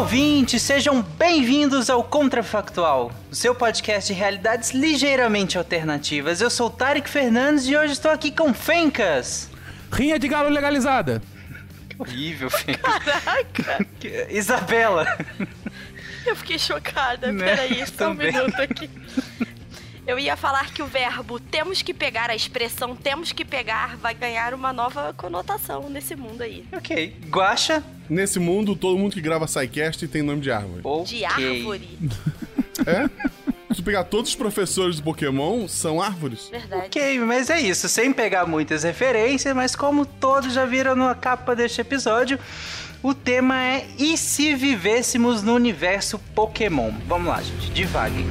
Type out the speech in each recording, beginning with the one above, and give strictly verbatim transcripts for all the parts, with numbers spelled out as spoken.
ouvintes, sejam bem-vindos ao Contrafactual, o seu podcast de realidades ligeiramente alternativas. Eu sou o Tarek Fernandes e hoje estou aqui com Fencas. Rinha de galo legalizada. Que horrível, Fencas. Caraca. Isabela. Eu fiquei chocada, Né? peraí, só um Também. minuto aqui. Eu ia falar que o verbo temos que pegar, a expressão temos que pegar, vai ganhar uma nova conotação nesse mundo aí. Ok. Guaxa. Nesse mundo, todo mundo que grava SciCast tem nome de árvore. Ok. De árvore. É? Se tu pegar todos os professores do Pokémon, são árvores. Verdade. Ok, mas é isso, sem pegar muitas referências, mas como todos já viram na capa deste episódio, o tema é e se vivêssemos no universo Pokémon? Vamos lá, gente, divaguem.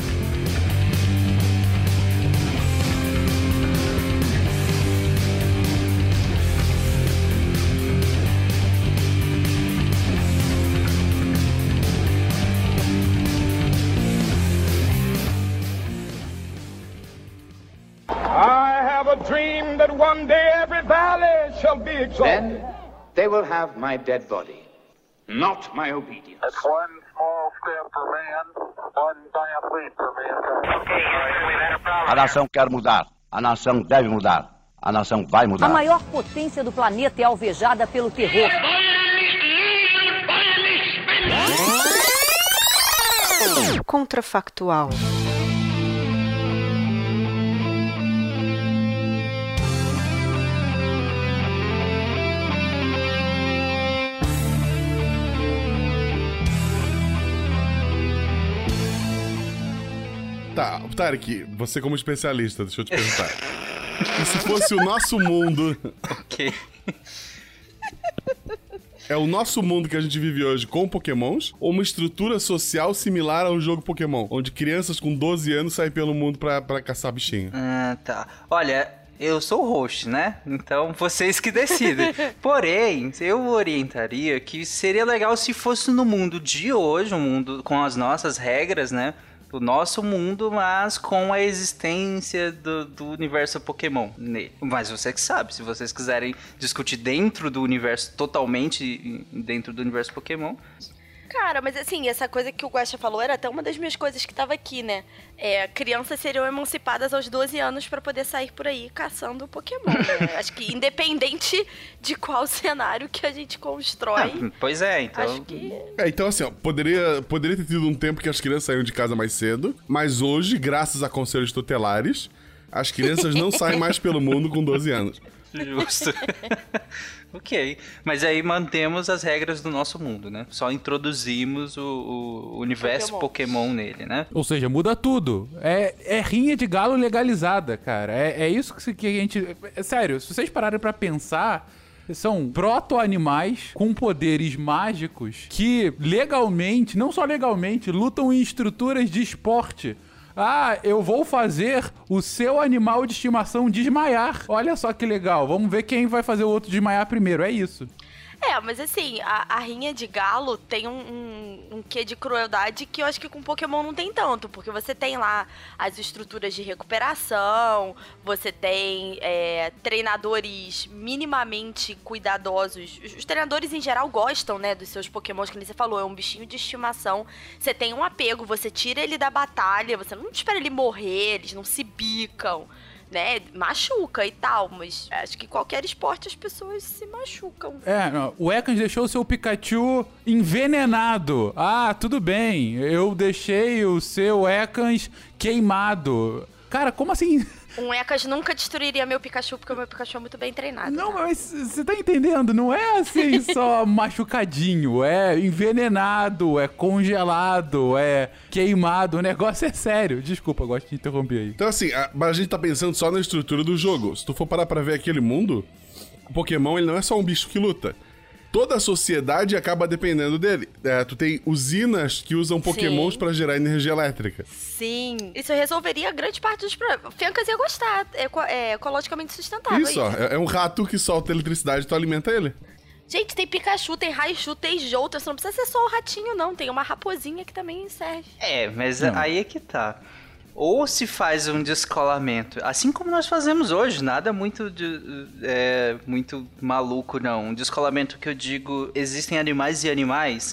I have a dream that one day every valley shall be exalted. Then they will have my dead body, not my obedience. That's one small step for man, one giant leap for mankind. Okay, Houston, we've had a problem. A nação quer mudar. A nação deve mudar. A nação vai mudar. A maior potência do planeta é alvejada pelo terror. Contrafactual. Tá, Tarek, você como especialista, deixa eu te perguntar. E se fosse o nosso mundo... Ok. É o nosso mundo que a gente vive hoje com Pokémons ou uma estrutura social similar ao jogo Pokémon, onde crianças com doze anos saem pelo mundo pra, pra caçar bichinho? Ah, tá. Olha, eu sou o host, né? Então vocês que decidem. Porém, eu orientaria que seria legal se fosse no mundo de hoje, um mundo com as nossas regras, né? O nosso mundo, mas com a existência do, do universo Pokémon nele. Mas você que sabe, se vocês quiserem discutir dentro do universo, totalmente dentro do universo Pokémon... Cara, mas assim, essa coisa que o Guaxa falou era até uma das minhas coisas que tava aqui, né? É, crianças seriam emancipadas aos doze anos pra poder sair por aí caçando Pokémon, né? Acho que independente de qual cenário que a gente constrói... Ah, pois é, então... Acho que... É, então assim, ó, poderia, poderia ter tido um tempo que as crianças saíam de casa mais cedo, mas hoje, graças a conselhos tutelares, as crianças não saem mais pelo mundo com doze anos. Justo. Ok, mas aí mantemos as regras do nosso mundo, né? Só introduzimos o, o universo Pokémon. Pokémon nele, né? Ou seja, muda tudo. É, é rinha de galo legalizada, cara. É, é isso que, se- que a gente... É, sério, se vocês pararem pra pensar... São proto-animais com poderes mágicos que legalmente, não só legalmente, lutam em estruturas de esporte. Ah, eu vou fazer o seu animal de estimação desmaiar. Olha só que legal. Vamos ver quem vai fazer o outro desmaiar primeiro. É isso. É, mas assim, a, a rinha de galo tem um, um, um quê de crueldade que eu acho que com Pokémon não tem tanto, porque você tem lá as estruturas de recuperação, você tem é, treinadores minimamente cuidadosos. Os, os treinadores em geral gostam, né, dos seus Pokémons, que nem você falou, é um bichinho de estimação. Você tem um apego, você tira ele da batalha, você não espera ele morrer, eles não se bicam. Né, machuca e tal, mas acho que qualquer esporte as pessoas se machucam. É, não, o Ekans deixou o seu Pikachu envenenado. Ah, tudo bem, eu deixei o seu Ekans queimado. Cara, como assim? Um Ekans nunca destruiria meu Pikachu, porque o meu Pikachu é muito bem treinado. Não, tá? mas você tá entendendo? Não é assim só machucadinho, é envenenado, é congelado, é queimado. O negócio é sério. Desculpa, gosto de interromper aí. Então assim, a, mas a gente tá pensando só na estrutura do jogo. Se tu for parar pra ver aquele mundo, o Pokémon ele não é só um bicho que luta. Toda a sociedade acaba dependendo dele. É, tu tem usinas que usam Pokémons Sim. pra gerar energia elétrica. Sim. Isso resolveria grande parte dos problemas. Fencas ia gostar. É, eco- é ecologicamente sustentável. Isso, ó, aí. é, é um rato que solta eletricidade e tu alimenta ele. Gente, tem Pikachu, tem Raichu, tem Jolteon. Você não precisa ser só o ratinho, não. Tem uma raposinha que também serve. É, mas Não. aí é que tá. Ou se faz um descolamento, assim como nós fazemos hoje, nada muito, de, é, muito maluco, não. Um descolamento que eu digo, existem animais e animais.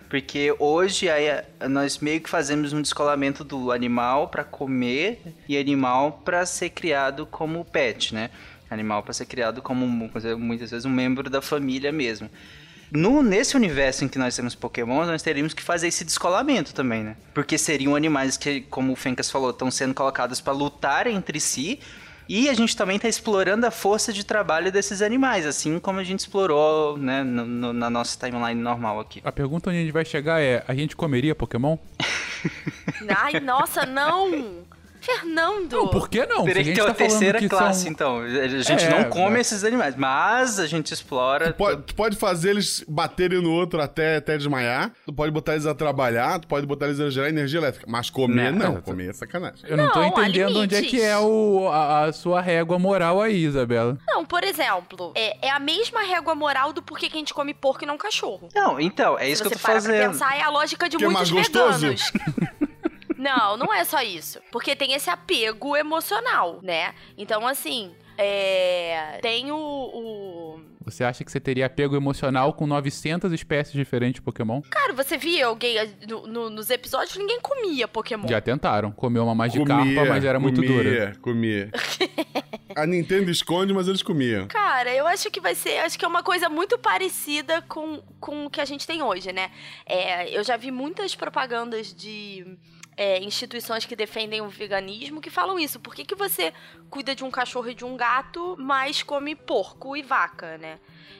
Porque hoje aí, nós meio que fazemos um descolamento do animal pra comer e animal pra ser criado como pet, né? Animal pra ser criado como, muitas vezes, um membro da família mesmo. No, nesse universo em que nós temos Pokémon, nós teríamos que fazer esse descolamento também, né? Porque seriam animais que, como o Fencas falou, estão sendo colocados pra lutar entre si. E a gente também está explorando a força de trabalho desses animais, assim como a gente explorou, né, no, no, na nossa timeline normal aqui. A pergunta onde a gente vai chegar é, a gente comeria Pokémon? Ai, nossa, não! Fernando! Não, por que não? Teria que ter tá uma terceira classe, são... então. A gente é, não come mas... esses animais, mas a gente explora... Tu pode, tu pode fazer eles baterem no outro até, até desmaiar, tu pode botar eles a trabalhar, tu pode botar eles a gerar energia elétrica, mas comer não, não. Comer é sacanagem. Eu não, não tô entendendo onde é que é o, a, a sua régua moral aí, Isabela. Não, por exemplo, é, é a mesma régua moral do porquê que a gente come porco e não cachorro. Não, então, é isso Se que eu tô para fazendo. Pra pensar, é a lógica de que muitos é mais veganos. gostoso? Não, não é só isso. Porque tem esse apego emocional, né? Então, assim, é... tem o, o... Você acha que você teria apego emocional com novecentas espécies diferentes de Pokémon? Cara, você via alguém... No, no, nos episódios, ninguém comia Pokémon. Já tentaram. Comeu uma Magikarpa, comia, mas era muito comia, dura. Comia, A Nintendo esconde, mas eles comiam. Cara, eu acho que vai ser... Acho que é uma coisa muito parecida com, com o que a gente tem hoje, né? É, eu já vi muitas propagandas de... É, instituições que defendem o veganismo que falam isso. Por que, que você cuida de um cachorro e de um gato, mas come porco e vaca, né?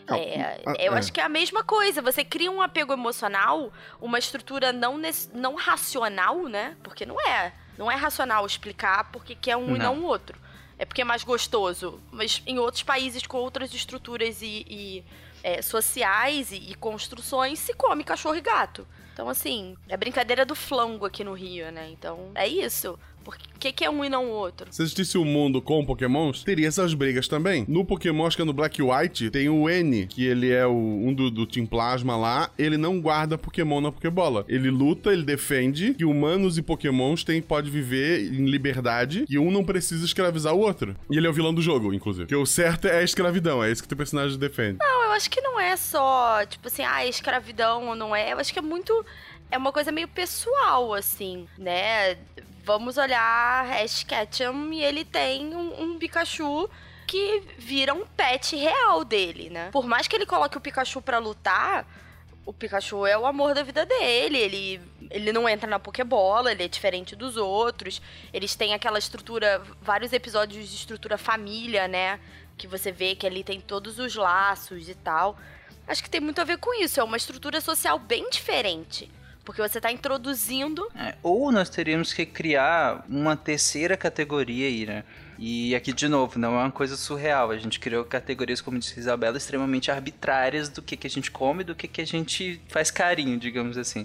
É, ah, eu é. acho que é a mesma coisa. Você cria um apego emocional, uma estrutura não, não racional, né? Porque não é. Não é racional explicar por que que é um não. e não o outro. É porque é mais gostoso. Mas em outros países com outras estruturas e, e é, sociais e, e construções, se come cachorro e gato. Então, assim, é brincadeira do flango aqui no Rio, né? Então, é isso. Por que, que é um e não o outro? Se existisse um mundo com Pokémons, teria essas brigas também. No Pokémon, acho que é no Black e White, tem o N, que ele é o, um do, do Team Plasma lá. Ele não guarda Pokémon na Pokébola. Ele luta, ele defende que humanos e Pokémons têm, pode viver em liberdade e um não precisa escravizar o outro. E ele é o vilão do jogo, inclusive. Porque o certo é a escravidão, é isso que o teu personagem defende. Não, eu acho que não é só, tipo assim, ah, é escravidão ou não é. Eu acho que é muito... É uma coisa meio pessoal, assim, né? Vamos olhar Ash Ketchum e ele tem um, um Pikachu que vira um pet real dele, né? Por mais que ele coloque o Pikachu pra lutar, o Pikachu é o amor da vida dele. Ele, ele não entra na Pokébola, ele é diferente dos outros. Eles têm aquela estrutura, vários episódios de estrutura família, né? Que você vê que ali tem todos os laços e tal. Acho que tem muito a ver com isso. É uma estrutura social bem diferente. Porque você tá introduzindo... É, ou nós teríamos que criar uma terceira categoria aí, né? E aqui, de novo, não é uma coisa surreal. A gente criou categorias, como disse a Isabela, extremamente arbitrárias do que, que a gente come e do que, que a gente faz carinho, digamos assim.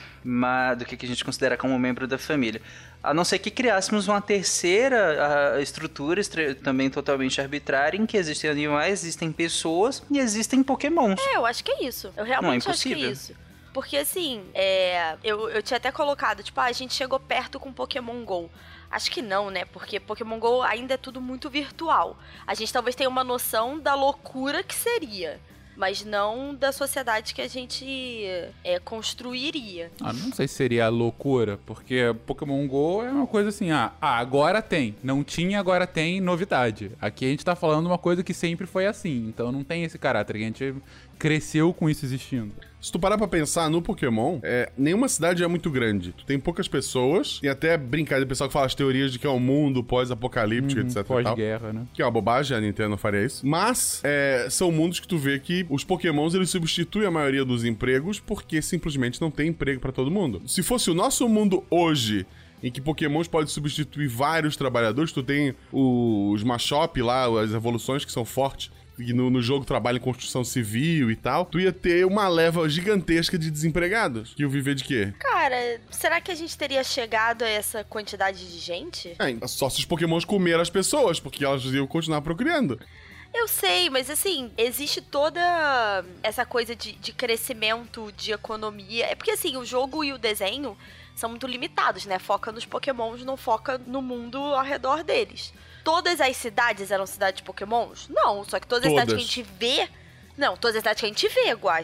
Mas do que, que a gente considera como membro da família. A não ser que criássemos uma terceira a, estrutura estra- também totalmente arbitrária, em que existem animais, existem pessoas e existem pokémons. É, eu acho que é isso. Eu realmente acho que é isso. Porque, assim, é, eu, eu tinha até colocado, tipo, ah, a gente chegou perto com Pokémon GO. Acho que não, né? Porque Pokémon GO ainda é tudo muito virtual. A gente talvez tenha uma noção da loucura que seria, mas não da sociedade que a gente é, construiria. Ah, não sei se seria loucura, porque Pokémon GO é uma coisa assim, ah, ah, agora tem. Não tinha, agora tem, novidade. Aqui a gente tá falando uma coisa que sempre foi assim, então não tem esse caráter, a gente cresceu com isso existindo. Se tu parar pra pensar no Pokémon, é, nenhuma cidade é muito grande. Tu tem poucas pessoas, e até brincadeira, o pessoal que fala as teorias de que é um mundo pós-apocalíptico, uhum, etc. Pós-guerra, né? Que é uma bobagem, a Nintendo não faria isso. Mas, é, são mundos que tu vê que os Pokémons, eles substituem a maioria dos empregos porque simplesmente não tem emprego pra todo mundo. Se fosse o nosso mundo hoje, em que Pokémons podem substituir vários trabalhadores, tu tem os Machop lá, as evoluções que são fortes, que no, no jogo trabalha em construção civil e tal, tu ia ter uma leva gigantesca de desempregados. Que iam viver de quê? Cara, será que a gente teria chegado a essa quantidade de gente? É, só se os Pokémons comeram as pessoas, porque elas iam continuar procriando. Eu sei, mas assim, existe toda essa coisa de, de crescimento, de economia. É porque assim, o jogo e o desenho são muito limitados, né? Foca nos Pokémons, não foca no mundo ao redor deles. Todas as cidades eram cidades de Pokémons? Não, só que todas, todas as cidades que a gente vê... Não, todas as cidades que a gente vê, Guaxa.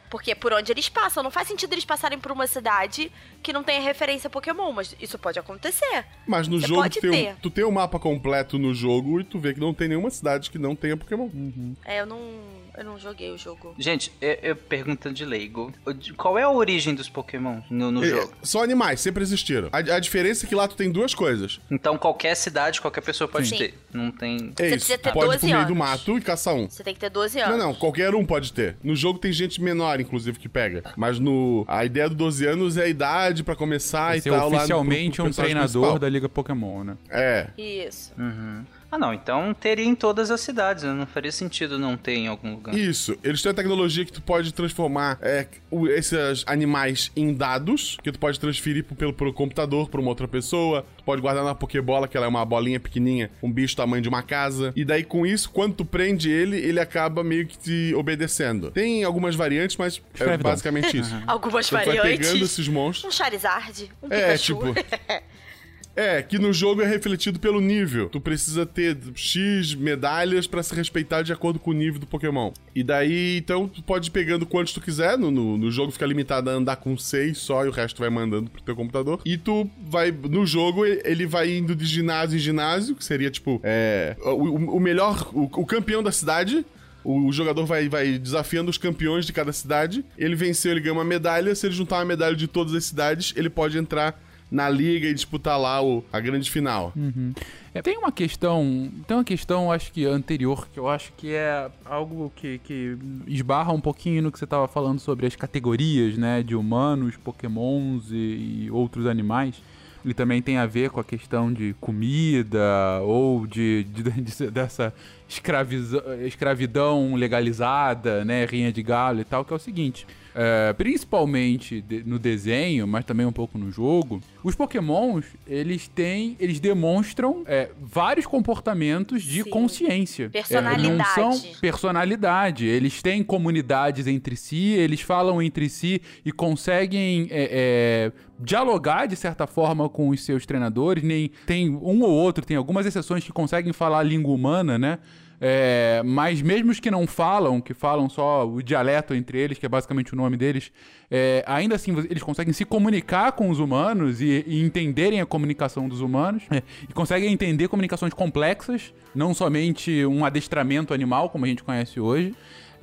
Porque por onde eles passam, não faz sentido eles passarem por uma cidade que não tenha referência a Pokémon, mas isso pode acontecer. Mas no Você jogo pode tu tem, ter. um, tu tem um mapa completo no jogo e tu vê que não tem nenhuma cidade que não tenha Pokémon. Uhum. É, eu não, eu não joguei o jogo. Gente, eu, eu perguntando de leigo, qual é a origem dos Pokémon no, no É, jogo? São animais, sempre existiram. A, a diferença é que lá tu tem duas coisas. Então qualquer cidade, qualquer pessoa pode Sim. ter. Não tem... É Você isso, precisa ter tu pode ir pro doze meio do anos. mato e caçar um. Você tem que ter doze anos. Não, não, qualquer um pode ter. No jogo tem gente menor, inclusive, que pega. Mas no a ideia do doze anos é a idade pra começar e Ser tal. oficialmente lá no, pro, pro um personagem treinador principal. da Liga Pokémon, né? É. Isso. Uhum. Ah, não, então teria em todas as cidades, né? Não faria sentido não ter em algum lugar. Isso, eles têm a tecnologia que tu pode transformar é, o- esses animais em dados, que tu pode transferir pro, pelo, pelo computador pra uma outra pessoa, tu pode guardar na Pokébola, que ela é uma bolinha pequenininha, um bicho tamanho de uma casa, e daí com isso, quando tu prende ele, ele acaba meio que te obedecendo. Tem algumas variantes, mas é Escravidão. basicamente isso. Algumas Então tu vai variantes. pegando esses monstros. Um Charizard, um É, Pikachu. tipo... É, que no jogo é refletido pelo nível. Tu precisa ter X medalhas pra se respeitar de acordo com o nível do Pokémon. E daí, então, tu pode ir pegando quantos tu quiser. No, no, no jogo fica limitado a andar com seis só e o resto tu vai mandando pro teu computador. E tu vai... No jogo, ele vai indo de ginásio em ginásio, que seria, tipo, é... O, o melhor... O, o campeão da cidade... O jogador vai, vai desafiando os campeões de cada cidade. Ele venceu, ele ganha uma medalha. Se ele juntar uma medalha de todas as cidades, ele pode entrar na liga e disputar lá o, a grande final. Uhum. É, tem uma questão, tem uma questão, acho que anterior, que eu acho que é algo que, que esbarra um pouquinho no que você estava falando sobre as categorias, né, de humanos, pokémons e, e outros animais. Ele também tem a ver com a questão de comida ou de, de, de dessa escraviza, escravidão legalizada, né, rinha de galo e tal, que é o seguinte... É, principalmente de, no desenho, mas também um pouco no jogo, os Pokémons, eles têm, eles demonstram é, vários comportamentos de Sim. consciência. Personalidade. É, não são personalidade. Eles têm comunidades entre si, eles falam entre si e conseguem é, é, dialogar de certa forma com os seus treinadores. Nem tem um ou outro, tem algumas exceções que conseguem falar a língua humana, né? É, mas mesmo os que não falam, que falam só o dialeto entre eles, que é basicamente o nome deles, é, ainda assim eles conseguem se comunicar com os humanos e, e entenderem a comunicação dos humanos, é, e conseguem entender comunicações complexas, não somente um adestramento animal, como a gente conhece hoje.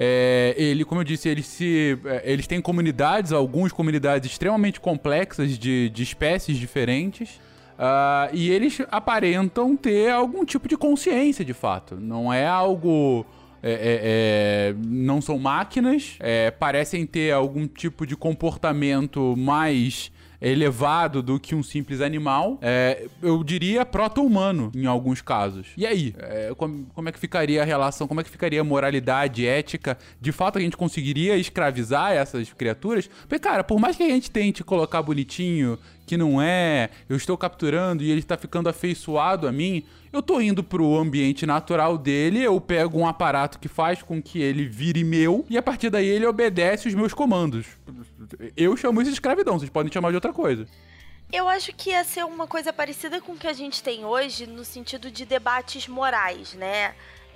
É, ele, como eu disse, eles, se, é, eles têm comunidades, algumas comunidades extremamente complexas de, de espécies diferentes. Uh, e eles aparentam ter algum tipo de consciência, de fato. Não é algo... É, é, é, não são máquinas. É, parecem ter algum tipo de comportamento mais elevado do que um simples animal. É, eu diria proto-humano, em alguns casos. E aí? É, como, como é que ficaria a relação? Como é que ficaria a moralidade, ética? De fato, a gente conseguiria escravizar essas criaturas? Porque, cara, por mais que a gente tente colocar bonitinho... que não é, eu estou capturando e ele está ficando afeiçoado a mim, eu tô indo pro ambiente natural dele, eu pego um aparato que faz com que ele vire meu, e a partir daí ele obedece os meus comandos. Eu chamo isso de escravidão, vocês podem chamar de outra coisa. Eu acho que ia ser uma coisa parecida com o que a gente tem hoje, no sentido de debates morais, né?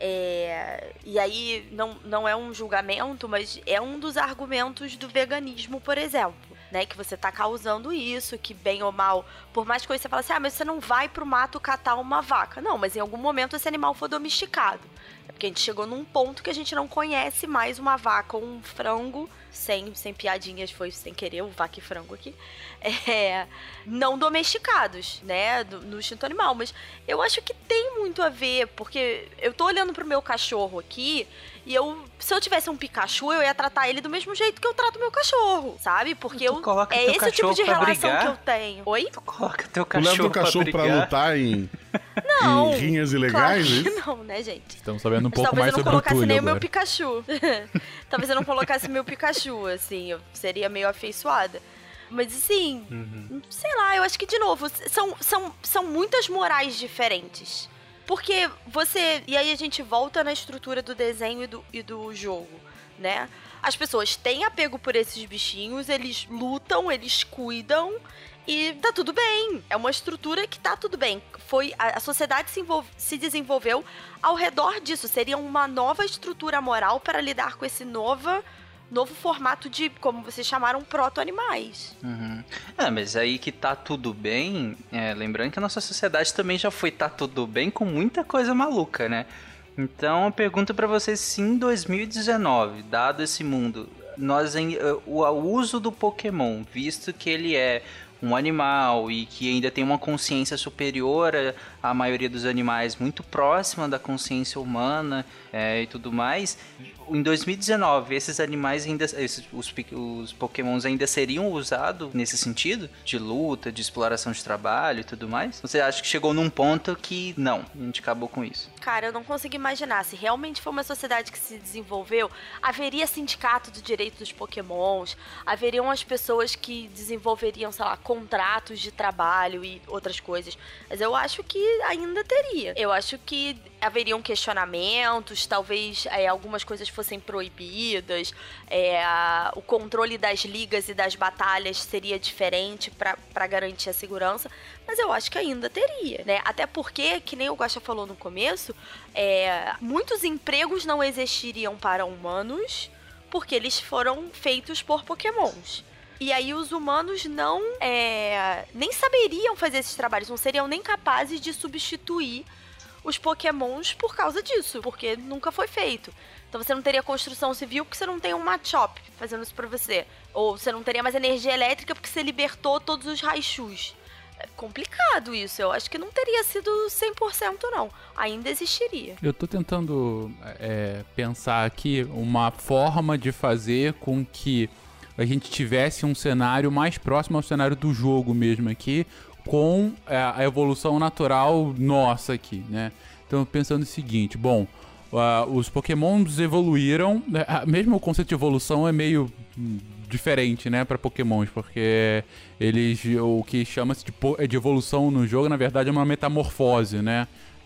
É, e aí, não, não é um julgamento, mas é um dos argumentos do veganismo, por exemplo. Né, que você tá causando isso, que bem ou mal, por mais que você fale assim, ah, mas você não vai pro mato catar uma vaca. Não, mas em algum momento esse animal foi domesticado. É porque a gente chegou num ponto que a gente não conhece mais uma vaca ou um frango, sem, sem piadinhas, foi sem querer, o vaca e frango aqui, é, não domesticados, né, do, no instinto animal. Mas eu acho que tem muito a ver, porque eu tô olhando pro meu cachorro aqui, e eu, se eu tivesse um Pikachu, eu ia tratar ele do mesmo jeito que eu trato meu cachorro, sabe? Porque eu, é esse tipo de relação que eu tenho. Oi? Tu coloca teu Tu cachorro, leva o cachorro pra, pra lutar em, não, em rinhas ilegais? Claro que é isso? não, né, gente? Estamos sabendo um Mas pouco talvez mais eu não sobre o colocasse Túlio nem o agora. meu Pikachu. Talvez eu não colocasse meu Pikachu, assim, eu seria meio afeiçoada. Mas assim, uhum. sei lá, eu acho que, de novo, são, são, são muitas morais diferentes. Porque você... E aí a gente volta na estrutura do desenho e do, e do jogo, né? As pessoas têm apego por esses bichinhos, eles lutam, eles cuidam e tá tudo bem. É uma estrutura que tá tudo bem. Foi, a, a sociedade se, envolve, se desenvolveu ao redor disso. Seria uma nova estrutura moral para lidar com esse nova novo formato de, como vocês chamaram, proto-animais. Uhum. É, mas aí que tá tudo bem, é, lembrando que a nossa sociedade também já foi tá tudo bem com muita coisa maluca, né? Então eu pergunto pra vocês se em dois mil e dezenove, dado esse mundo, nós, o, o uso do Pokémon, visto que ele é um animal e que ainda tem uma consciência superior à maioria dos animais, muito próxima da consciência humana é, e tudo mais, em dois mil e dezenove esses animais ainda, esses, os, os Pokémons ainda seriam usados nesse sentido? De luta, de exploração de trabalho e tudo mais? Você acha que chegou num ponto que não, a gente acabou com isso? Cara, eu não consigo imaginar. Se realmente for uma sociedade que se desenvolveu, haveria sindicato do direito dos Pokémons, haveriam as pessoas que desenvolveriam, sei lá, contratos de trabalho e outras coisas. Mas eu acho que ainda teria. Eu acho que haveriam questionamentos, talvez é, algumas coisas fossem proibidas, é, a, o controle das ligas e das batalhas seria diferente para garantir a segurança, mas eu acho que ainda teria, né? Até porque, que nem o Guaxa falou no começo, é, muitos empregos não existiriam para humanos porque eles foram feitos por Pokémons. E aí os humanos não é, nem saberiam fazer esses trabalhos, não seriam nem capazes de substituir os Pokémons por causa disso, porque nunca foi feito. Então você não teria construção civil porque você não tem um Machop fazendo isso pra você. Ou você não teria mais energia elétrica porque você libertou todos os Raishus. É complicado isso, eu acho que não teria sido cem por cento não, ainda existiria. Eu tô tentando é, pensar aqui uma forma de fazer com que a gente tivesse um cenário mais próximo ao cenário do jogo mesmo aqui, com a evolução natural nossa aqui, né? Então, pensando o seguinte, bom, uh, os Pokémons evoluíram, né? Mesmo o conceito de evolução é meio diferente, né, para Pokémons, porque eles, o que chama-se de, de evolução no jogo, na verdade, é uma metamorfose, né?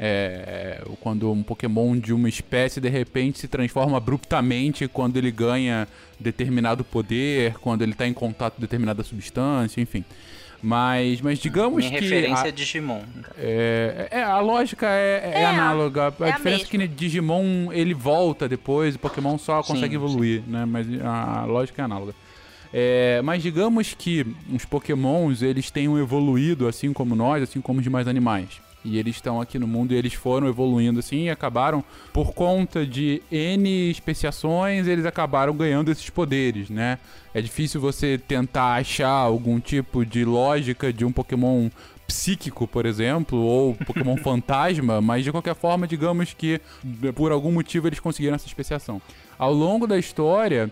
É, quando um Pokémon de uma espécie de repente se transforma abruptamente quando ele ganha determinado poder, quando ele está em contato com determinada substância, enfim. Mas, mas digamos Minha que... referência a, é Digimon. É, é, a lógica é, é, é análoga. A é diferença a é que Digimon, ele volta depois, o Pokémon só consegue sim, evoluir, sim. né? Mas a, a lógica é análoga. É, mas digamos que os Pokémons, eles tenham evoluído assim como nós, assim como os demais animais. E eles estão aqui no mundo e eles foram evoluindo assim e acabaram, por conta de N especiações, eles acabaram ganhando esses poderes, né? É difícil você tentar achar algum tipo de lógica de um Pokémon psíquico, por exemplo, ou Pokémon fantasma, mas de qualquer forma, digamos que por algum motivo eles conseguiram essa especiação. Ao longo da história,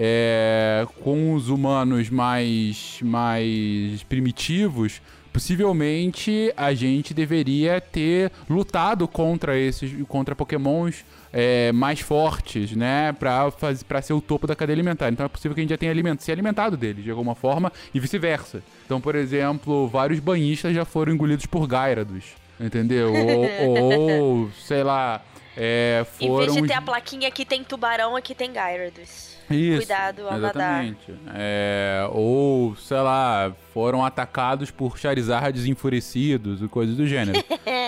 é, com os humanos mais, mais primitivos, possivelmente a gente deveria ter lutado contra esses, contra Pokémons é, mais fortes, né, pra, faz, pra ser o topo da cadeia alimentar. Então é possível que a gente já tenha aliment, se alimentado deles de alguma forma e vice-versa. Então, por exemplo, vários banhistas já foram engolidos por Gyarados, entendeu? ou, ou, sei lá, é, foram... Em vez de ter a plaquinha que tem tubarão, aqui tem Gyarados. Isso, Cuidado ao exatamente. nadar. É, ou, sei lá, foram atacados por Charizards enfurecidos e coisas do gênero.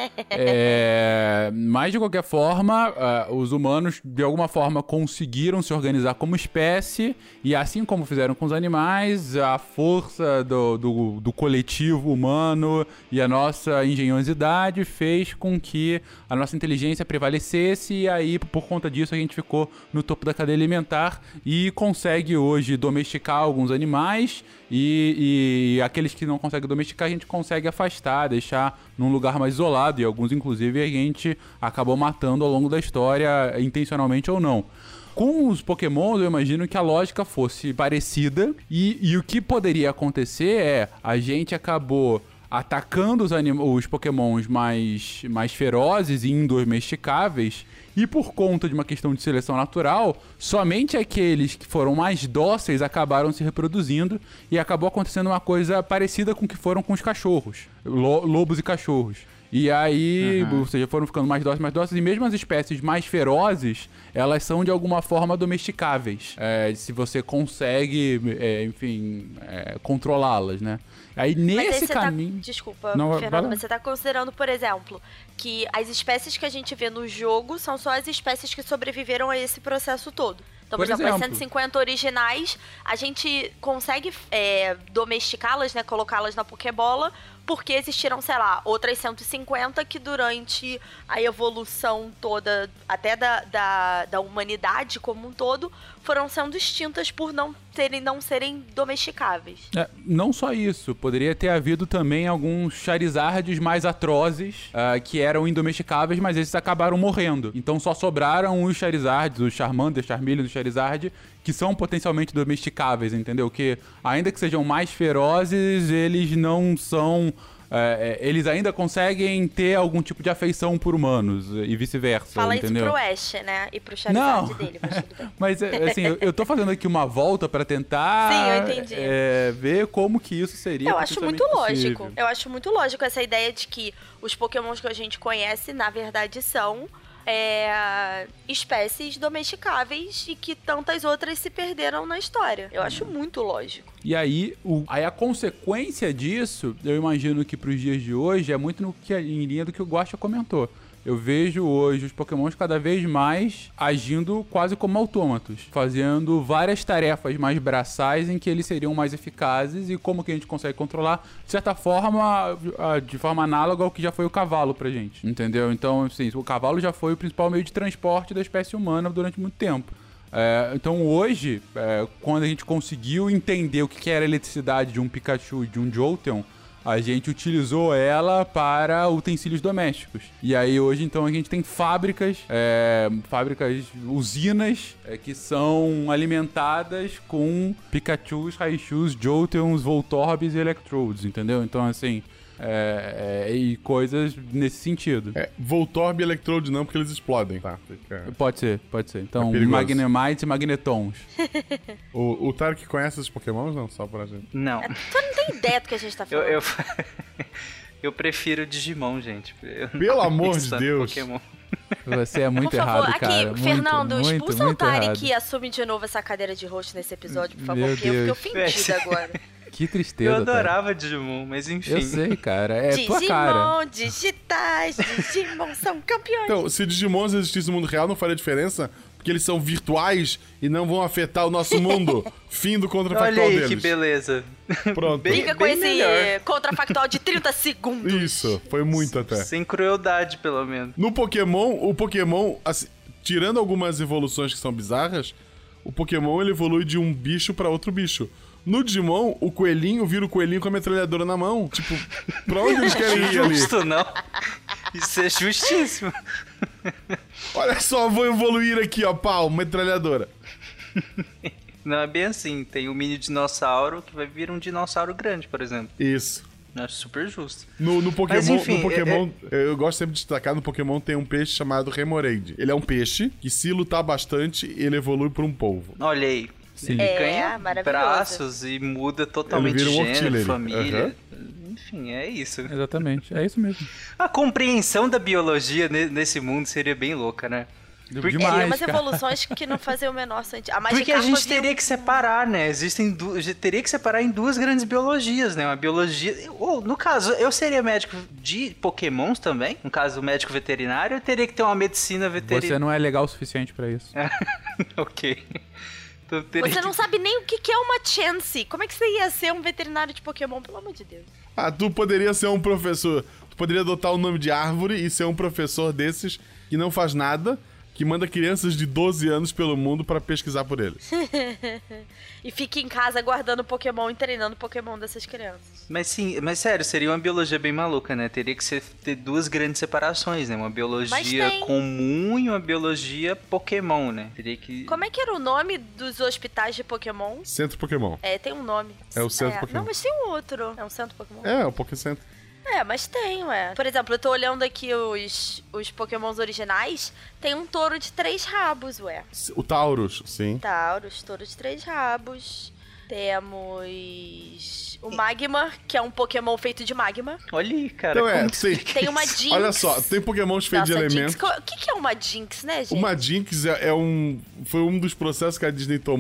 é, mas, de qualquer forma, uh, os humanos, de alguma forma, conseguiram se organizar como espécie e, assim como fizeram com os animais, a força do, do, do coletivo humano e a nossa engenhosidade fez com que a nossa inteligência prevalecesse e aí, por conta disso, a gente ficou no topo da cadeia alimentar e consegue hoje domesticar alguns animais e, e aqueles que não conseguem domesticar a gente consegue afastar, deixar num lugar mais isolado e alguns inclusive a gente acabou matando ao longo da história, intencionalmente ou não. Com os Pokémon, eu imagino que a lógica fosse parecida e, e o que poderia acontecer é a gente acabou atacando os, anim- os Pokémons mais, mais ferozes e indomesticáveis. E por conta de uma questão de seleção natural, somente aqueles que foram mais dóceis acabaram se reproduzindo e acabou acontecendo uma coisa parecida com o que foram com os cachorros, lo- lobos e cachorros. E aí, uhum. ou seja, foram ficando mais dóceis, mais dóceis, e mesmo as espécies mais ferozes, elas são de alguma forma domesticáveis, é, se você consegue, é, enfim, é, controlá-las, né? Aí nesse aí caminho... Tá, desculpa, não, Fernando, você tá considerando, por exemplo, que as espécies que a gente vê no jogo são só as espécies que sobreviveram a esse processo todo. Então, por, Por exemplo, as exemplo. cento e cinquenta originais, a gente consegue é, domesticá-las, né? Colocá-las na Pokébola, porque existiram, sei lá, outras cento e cinquenta que durante a evolução toda, até da, da, da humanidade como um todo, foram sendo extintas por não, terem, não serem domesticáveis. É, não só isso, poderia ter havido também alguns Charizards mais atrozes uh, que eram indomesticáveis, mas esses acabaram morrendo. Então só sobraram os Charizards, os Charmander, Charmeleon e o Charizard, que são potencialmente domesticáveis, entendeu? Que ainda que sejam mais ferozes, eles não são... É, eles ainda conseguem ter algum tipo de afeição por humanos e vice-versa, Fala entendeu? isso pro Ash, né? E pro Charizard Não. dele, mas tudo bem. Mas, assim, eu, eu tô fazendo aqui uma volta pra tentar Sim, eu entendi. é, ver como que isso seria Eu acho muito potencialmente lógico. possível. Eu acho muito lógico essa ideia de que os Pokémons que a gente conhece, na verdade, são é, espécies domesticáveis e que tantas outras se perderam na história. Eu acho muito lógico. E aí, o, aí a consequência disso, eu imagino que pros dias de hoje, é muito no que, em linha do que o Guaxa comentou. Eu vejo hoje os Pokémons cada vez mais agindo quase como autômatos, fazendo várias tarefas mais braçais em que eles seriam mais eficazes e como que a gente consegue controlar, de certa forma, de forma análoga ao que já foi o cavalo pra gente, entendeu? Então, assim, o cavalo já foi o principal meio de transporte da espécie humana durante muito tempo. É, então hoje, é, quando a gente conseguiu entender o que era a eletricidade de um Pikachu e de um Jolteon, a gente utilizou ela para utensílios domésticos. E aí hoje, então, a gente tem fábricas, é, fábricas, usinas, é, que são alimentadas com Pikachus, Raichus, Jolteons, Voltorbs e Electrodes, entendeu? Então, assim... É, é, e coisas nesse sentido. É, Voltorb e Electrode não, porque eles explodem, tá? Fica... Pode ser, pode ser. Então, É Magnemites e Magnetons. o, o Tarek conhece esses Pokémons? Não, só pra gente. Não. Tu não tem ideia do que a gente tá falando. Eu, eu, eu prefiro Digimon, gente. Eu Pelo amor de tanto Deus. Pokémon. Você é muito Por favor, errado, aqui, cara. Muito, Fernando, muito, expulsa muito o Tarek errado. e assume de novo essa cadeira de host nesse episódio, por favor, Meu porque eu Deus. fiquei ofendida agora. Que tristeza, Eu adorava cara. Digimon, mas enfim. Eu sei, cara. É Digimon, tua cara. digitais, Digimon são campeões. Então, se Digimons existissem no mundo real, não faria diferença, porque eles são virtuais e não vão afetar o nosso mundo. Fim do contrafactual Olha aí deles. que beleza. Pronto. Bem, Fica com bem esse melhor. contrafactual de trinta segundos. Isso, foi muito até. Sem crueldade, pelo menos. No Pokémon, o Pokémon, assim, tirando algumas evoluções que são bizarras, o Pokémon ele evolui de um bicho pra outro bicho. No Digimon, o coelhinho vira o coelhinho com a metralhadora na mão. Tipo, pra onde eles querem ir ali? Justo, não. Isso é justíssimo. Olha só, vou evoluir aqui, ó, pau, metralhadora. Não é bem assim. Tem um mini dinossauro que vai vir um dinossauro grande, por exemplo. Isso. Eu acho super justo. No, no Pokémon, Mas, enfim, no Pokémon eu gosto sempre de destacar, no Pokémon tem um peixe chamado Remoraid. Ele é um peixe que, se lutar bastante, ele evolui pra um polvo. Olha aí. Ele É, ganha maravilhoso. braços e muda totalmente Ele vira um gênero, Octillery. família. Enfim, é isso. Exatamente, é isso mesmo. A compreensão da biologia ne- nesse mundo seria bem louca, né? Porque, Demais, Teria umas cara. evoluções que não faziam o menor sentido. A porque a Magikarp gente viu- teria que separar, né? Existem du- teria que separar em duas grandes biologias, né? Uma biologia... Ou, no caso, eu seria médico de pokémons também. No caso, médico veterinário. Eu teria que ter uma medicina veterinária. Você não é legal o suficiente pra isso. Ok. Então, eu teria Você que- não sabe nem o que que é uma chance. Como é que você ia ser um veterinário de Pokémon, pelo amor de Deus? Ah, tu poderia ser um professor. Tu poderia adotar o nome de árvore e ser um professor desses que não faz nada, que manda crianças de doze anos pelo mundo pra pesquisar por eles. E fica em casa guardando Pokémon e treinando Pokémon dessas crianças. Mas sim, mas sério, seria uma biologia bem maluca, né? Teria que ser, ter duas grandes separações, né? Uma biologia tem. comum e uma biologia Pokémon, né? Teria que... Como é que era o nome dos hospitais de Pokémon? Centro Pokémon. É, tem um nome. É o centro Pokémon. Não, mas tem um outro. É um centro Pokémon? É, o Pokécentro. É, mas tem, ué. Por exemplo, eu tô olhando aqui os, os Pokémons originais. Tem um touro de três rabos, ué. O Taurus, sim. Taurus, touro de três rabos. Temos o Magmar, que é um Pokémon feito de magma. Olha aí, cara. Então é, como que tem, explica Tem uma isso? Jinx. olha só, tem Pokémons feitos de Nossa, elementos. Jinx. O que que é uma Jinx, né, gente? Uma Jinx é, é um. Foi um dos processos que a Disney tomou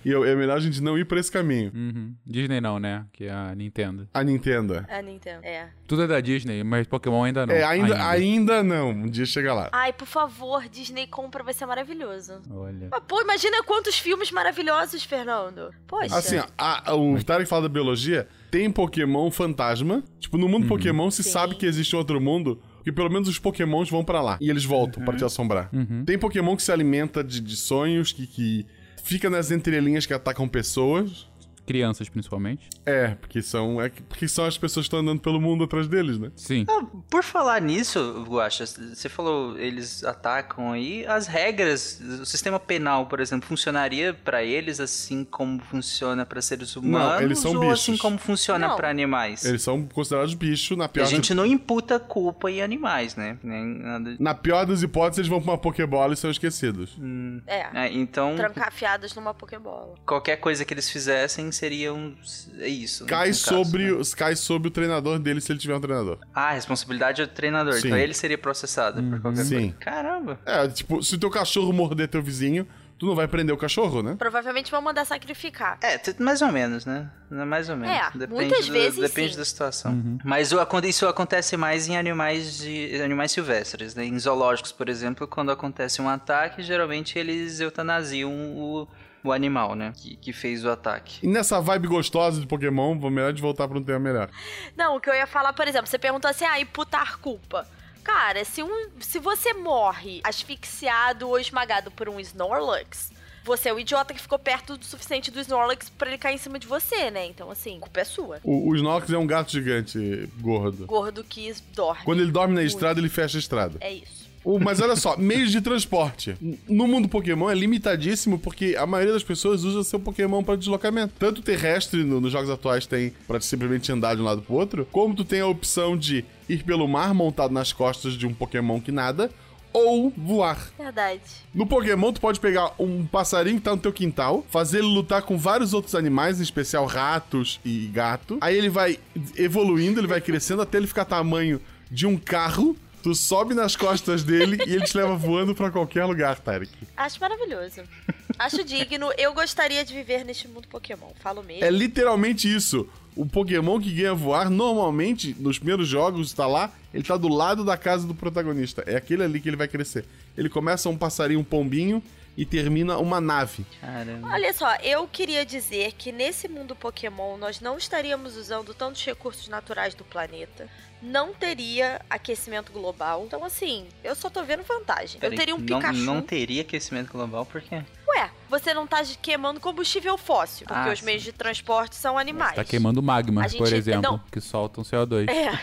E eu- é melhor a gente não ir pra esse caminho. Uhum. Disney não, né? Que é a Nintendo. A Nintendo. A Nintendo. É. Tudo é da Disney, mas Pokémon ainda não. É, ainda, ainda não. Um dia chega lá. Ai, por favor, Disney compra, vai ser maravilhoso. Olha. Mas, pô, imagina quantos filmes maravilhosos, Fernando. Poxa. Assim, ó, a- o Tarek fala da biologia, tem Pokémon fantasma. Tipo, no mundo Pokémon se Sim. sabe que existe outro mundo, porque pelo menos os Pokémons vão pra lá. E eles voltam pra te assombrar. Tem Pokémon que se alimenta de, de sonhos, que, que fica nas entrelinhas que atacam pessoas. Crianças, principalmente. É, porque são, é, porque são as pessoas que estão andando pelo mundo atrás deles, né? Sim. Ah, por falar nisso, Guaxa, você falou, eles atacam aí, as regras, o sistema penal, por exemplo, funcionaria pra eles assim como funciona pra seres humanos? eles são ou bichos. assim como funciona Não. pra animais? Eles são considerados bichos na E pior... a gente não imputa culpa em animais, né? Nem nada... Na pior das hipóteses, eles vão pra uma Pokébola e são esquecidos. É. É, então, Trancafiadas numa Pokébola. qualquer coisa que eles fizessem seria um... É isso. Cai, no caso, sobre, né? cai sobre o treinador dele se ele tiver um treinador. Ah, a responsabilidade é do treinador. Sim. Então ele seria processado por qualquer Sim. coisa. Caramba. É, tipo, se o teu cachorro morder teu vizinho, tu não vai prender o cachorro, né? Provavelmente vão mandar sacrificar. É, t- mais ou menos, né? Mais ou menos. É, depende muitas do- vezes Depende sim. da situação. Mas o, aconte- isso acontece mais em animais, de, animais silvestres, né? Em zoológicos, por exemplo, quando acontece um ataque, geralmente eles eutanasiam o, o animal, né? Que, que fez o ataque. E nessa vibe gostosa de Pokémon, vou melhor de voltar pra um tema melhor. Não, o que eu ia falar, por exemplo, você perguntou assim, ah, imputar culpa. Cara, se, um, se você morre asfixiado ou esmagado por um Snorlax, você é o idiota que ficou perto do suficiente do Snorlax pra ele cair em cima de você, né? Então, assim, a culpa é sua. O, o Snorlax é um gato gigante, gordo. Gordo que dorme. Quando ele dorme na estrada, ele fecha a estrada. É isso. O- mas olha só, meios de transporte. No mundo Pokémon é limitadíssimo porque a maioria das pessoas usa seu Pokémon para deslocamento. Tanto terrestre no- nos jogos atuais tem pra simplesmente andar de um lado pro outro, como tu tem a opção de ir pelo mar montado nas costas de um Pokémon que nada, ou voar. Verdade. No Pokémon, tu pode pegar um passarinho que tá no teu quintal, fazer ele lutar com vários outros animais, em especial ratos e gato. Aí ele vai evoluindo, ele vai crescendo até ele ficar tamanho de um carro. Tu sobe nas costas dele e ele te leva voando pra qualquer lugar, Tarek. Acho maravilhoso. Acho digno. Eu gostaria de viver neste mundo Pokémon. Falo mesmo. É literalmente isso. O Pokémon que ganha voar, normalmente, nos primeiros jogos, tá lá, ele tá do lado da casa do protagonista. É aquele ali que ele vai crescer. Ele começa um passarinho, um pombinho, e termina uma nave. Caramba. Olha só, eu queria dizer que nesse mundo Pokémon nós não estaríamos usando tantos recursos naturais do planeta. Não teria aquecimento global. Então, assim, eu só tô vendo vantagem. Peraí, eu teria um não, Pikachu. não teria aquecimento global, por quê? Ué, você não tá queimando combustível fóssil, porque Ah, os sim. meios de transporte são animais. Tá queimando magma, A gente- por exemplo, não. que soltam C O dois. É.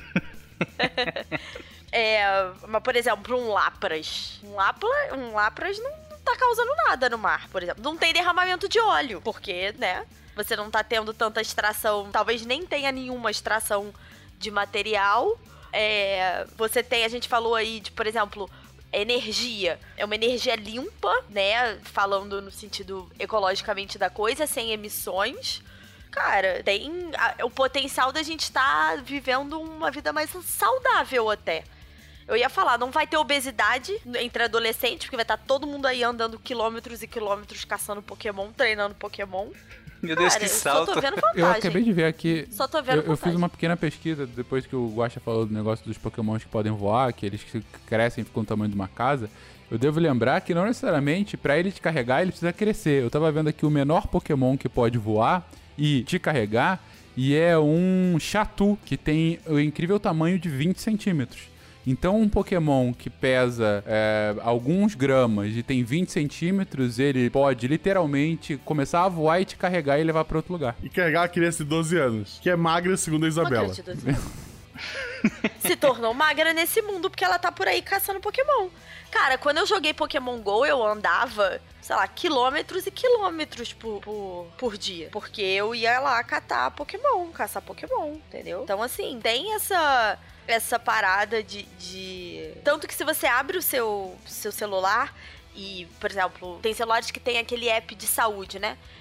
É, mas, por exemplo, um Lapras. Um, Lapra, um Lapras não, não tá causando nada no mar, por exemplo. Não tem derramamento de óleo, porque, né, você não tá tendo tanta extração, talvez nem tenha nenhuma extração de material. É, você tem, a gente falou aí de, por exemplo, energia. É uma energia limpa, né, falando no sentido ecologicamente da coisa, sem emissões. Cara, tem a- o potencial da gente estar vivendo uma vida mais saudável até. Eu ia falar, não vai ter obesidade entre adolescentes, porque vai estar todo mundo aí andando quilômetros e quilômetros caçando Pokémon, treinando Pokémon. Meu Deus, Cara, que eu salto. só tô vendo vantagem. Eu acabei de ver aqui. Só tô vendo Eu, eu fiz vantagem. uma pequena pesquisa depois que o Guaxa falou do negócio dos Pokémons que podem voar, que eles que crescem e ficam do tamanho de uma casa. Eu devo lembrar que não necessariamente pra ele te carregar ele precisa crescer. Eu tava vendo aqui o menor Pokémon que pode voar e te carregar, e é um Chatu, que tem o incrível tamanho de vinte centímetros. Então um Pokémon que pesa é, alguns gramas e tem vinte centímetros, ele pode literalmente começar a voar e te carregar e levar pra outro lugar. E carregar a criança de doze anos, que é magra segundo a Isabela. Uma criança de doze anos. Se tornou magra nesse mundo porque ela tá por aí caçando Pokémon. Cara, quando eu joguei Pokémon GO, eu andava, sei lá, quilômetros e quilômetros por, por, por dia. Porque eu ia lá catar Pokémon, caçar Pokémon, entendeu? Então, assim, tem essa, essa parada de, de... Tanto que se você abre o seu, seu celular... E, por exemplo, tem celulares que tem aquele app de saúde, né?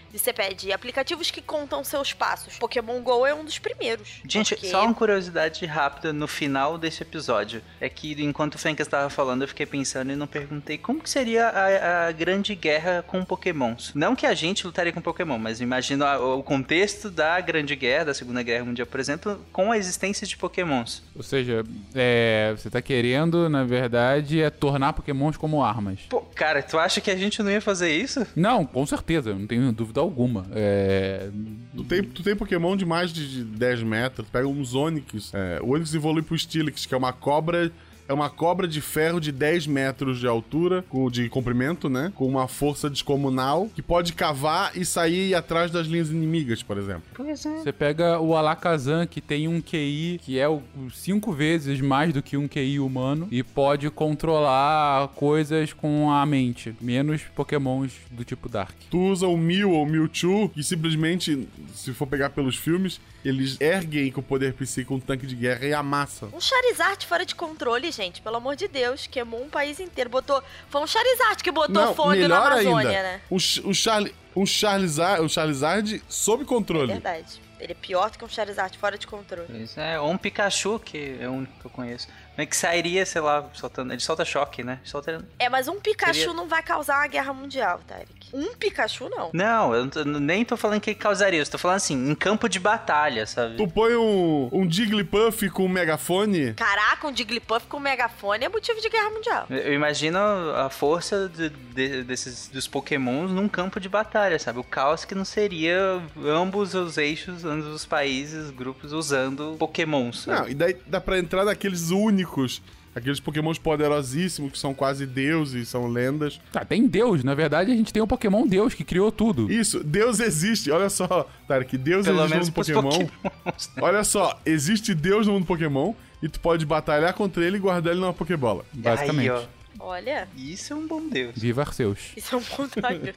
E você pede aplicativos que contam seus passos. Pokémon GO é um dos primeiros. Gente, porque... só uma curiosidade rápida no final desse episódio. É que enquanto o Frank estava falando, eu fiquei pensando e não perguntei como que seria a, a grande guerra com Pokémons. Não que a gente lutaria com Pokémon, mas imagino a, o contexto da grande guerra, da Segunda Guerra Mundial, por exemplo, com a existência de Pokémons. Ou seja, é, você tá querendo, na verdade, é tornar Pokémons como armas. Pô, cara, tu acha que a gente não ia fazer isso? Não, com certeza, não tenho dúvida alguma. É... Tu tem, tu tem Pokémon de mais de dez metros, tu pega uns Onix. É, o Onix evolui pro Steelix, que é uma cobra... É uma cobra de ferro de dez metros de altura, com, de comprimento, né? Com uma força descomunal, que pode cavar e sair atrás das linhas inimigas, por exemplo. Pois é. Você pega o Alakazam, que tem um Q I que é o, cinco vezes mais do que um Q I humano, e pode controlar coisas com a mente, menos Pokémons do tipo Dark. Tu usa o Mew ou Mewtwo, que simplesmente, se for pegar pelos filmes, eles erguem com o poder psíquico um tanque de guerra e amassam. Um Charizard fora de controle, gente, pelo amor de Deus, queimou um país inteiro, botou... Foi um Charizard que botou Não, fogo na melhor Amazônia, ainda, né? Um, um, Charli, um, Charizard, um Charizard sob controle. É verdade. Ele é pior do que um Charizard fora de controle. Pois é, ou um Pikachu, que é o único que eu conheço. Mas que sairia, sei lá, soltando... Ele solta choque, né? Solta... É, mas um Pikachu Seria... não vai causar uma guerra mundial, tá, Eric? Um Pikachu, não. Não, eu não tô, nem tô falando que causaria. Eu tô falando assim, em campo de batalha, sabe? Tu põe um, um Jigglypuff com um megafone... Caraca, um Jigglypuff com um megafone é motivo de guerra mundial. Eu imagino a força de, de, desses, dos Pokémons num campo de batalha, sabe? O caos que não seria ambos os eixos, ambos os países, grupos usando Pokémons, sabe? Não, e daí dá pra entrar naqueles únicos... Aqueles Pokémons poderosíssimos que são quase deuses, são lendas. Tá, tem Deus. Na verdade, a gente tem um Pokémon Deus que criou tudo. Isso, Deus existe. Olha só, Tarek, Deus Pelo existe menos no mundo Pokémon. Pokémons, né? Olha só, existe Deus no mundo Pokémon e tu pode batalhar contra ele e guardar ele numa Pokébola. Basicamente. Aí, ó. Olha. Isso é um bom Deus. Viva Arceus. Isso é um bom time.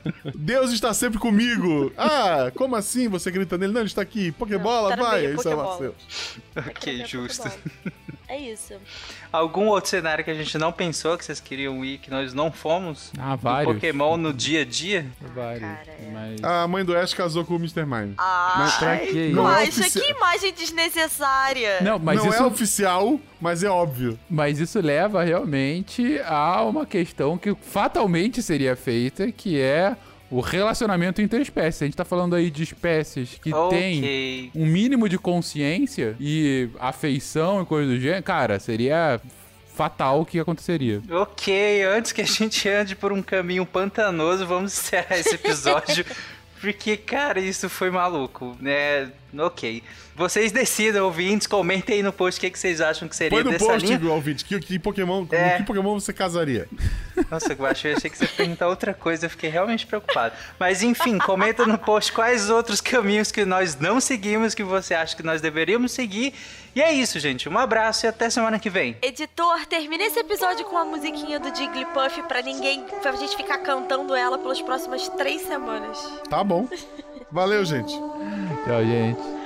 Deus está sempre comigo. Ah, como assim? Você acredita nele? Não, ele está aqui. Pokébola, Não, tá no vai. meio, Isso é o Pokébola. Arceus. Ok, justo. É isso. Algum outro cenário que a gente não pensou que vocês queriam ir, que nós não fomos? Ah, Do vários. Pokémon no dia a dia? Vários. Cara, é. Mas... A mãe do Ash casou com o mister Mime. Ah, Mas pra quê? Não é Poxa, ofici- que imagem desnecessária. Não, mas Não isso... é oficial, mas é óbvio. Mas isso leva realmente a uma questão que fatalmente seria feita, que é o relacionamento entre espécies. A gente tá falando aí de espécies que Ok. têm um mínimo de consciência e afeição e coisa do gênero. Cara, seria fatal o que aconteceria. Ok, antes que a gente ande por um caminho pantanoso, vamos encerrar esse episódio. Porque, cara, isso foi maluco, né? Ok. Vocês decidam, ouvintes, comentem aí no post o que, que vocês acham que seria Põe no dessa post, linha. ouvinte, que, que Pokémon, É. com que Pokémon você casaria? Nossa, eu achei, eu achei que você ia perguntar outra coisa, eu fiquei realmente preocupado. Mas enfim, comenta no post quais outros caminhos que nós não seguimos, que você acha que nós deveríamos seguir. E é isso, gente. Um abraço e até semana que vem. Editor, termina esse episódio com a musiquinha do Jigglypuff pra ninguém, pra gente ficar cantando ela pelas próximas três semanas. Tá bom. Valeu, gente. Tchau, gente.